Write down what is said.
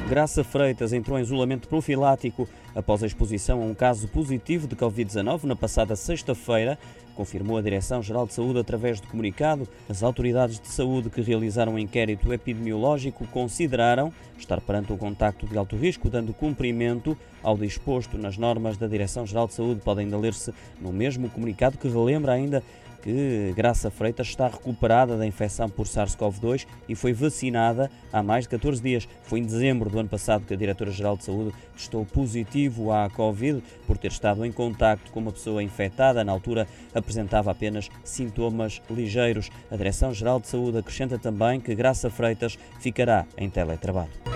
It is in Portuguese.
Graça Freitas entrou em isolamento profilático após a exposição a um caso positivo de Covid-19 na passada sexta-feira, confirmou a Direção-Geral de Saúde através de comunicado. As autoridades de saúde que realizaram um inquérito epidemiológico consideraram estar perante um contacto de alto risco, dando cumprimento ao disposto nas normas da Direção-Geral de Saúde. Pode ainda ler-se no mesmo comunicado, que relembra ainda que Graça Freitas está recuperada da infecção por SARS-CoV-2 e foi vacinada há mais de 14 dias. Foi em dezembro do ano passado que a Diretora-Geral de Saúde testou positivo à Covid por ter estado em contacto com uma pessoa infectada. Na altura apresentava apenas sintomas ligeiros. A Direção-Geral de Saúde acrescenta também que Graça Freitas ficará em teletrabalho.